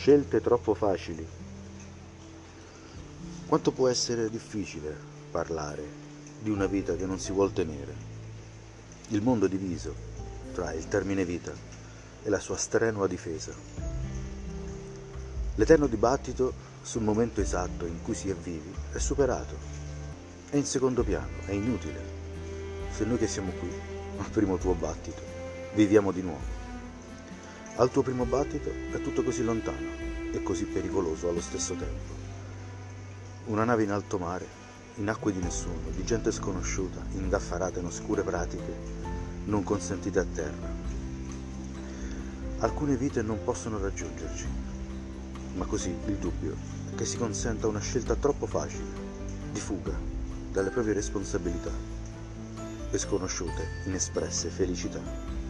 scelte troppo facili. Quanto può essere difficile parlare di una vita che non si vuol tenere. Il mondo è diviso tra il termine vita e la sua strenua difesa. L'eterno dibattito sul momento esatto in cui si è vivi è superato. È in secondo piano, è inutile. Se noi che siamo qui, al primo tuo battito, viviamo di nuovo. Al tuo primo battito è tutto così lontano e così pericoloso allo stesso tempo. Una nave in alto mare, in acque di nessuno, di gente sconosciuta, ingaffarata in oscure pratiche, non consentite a terra. Alcune vite non possono raggiungerci, ma così il dubbio è che si consenta una scelta troppo facile, di fuga dalle proprie responsabilità e sconosciute, inespresse felicità.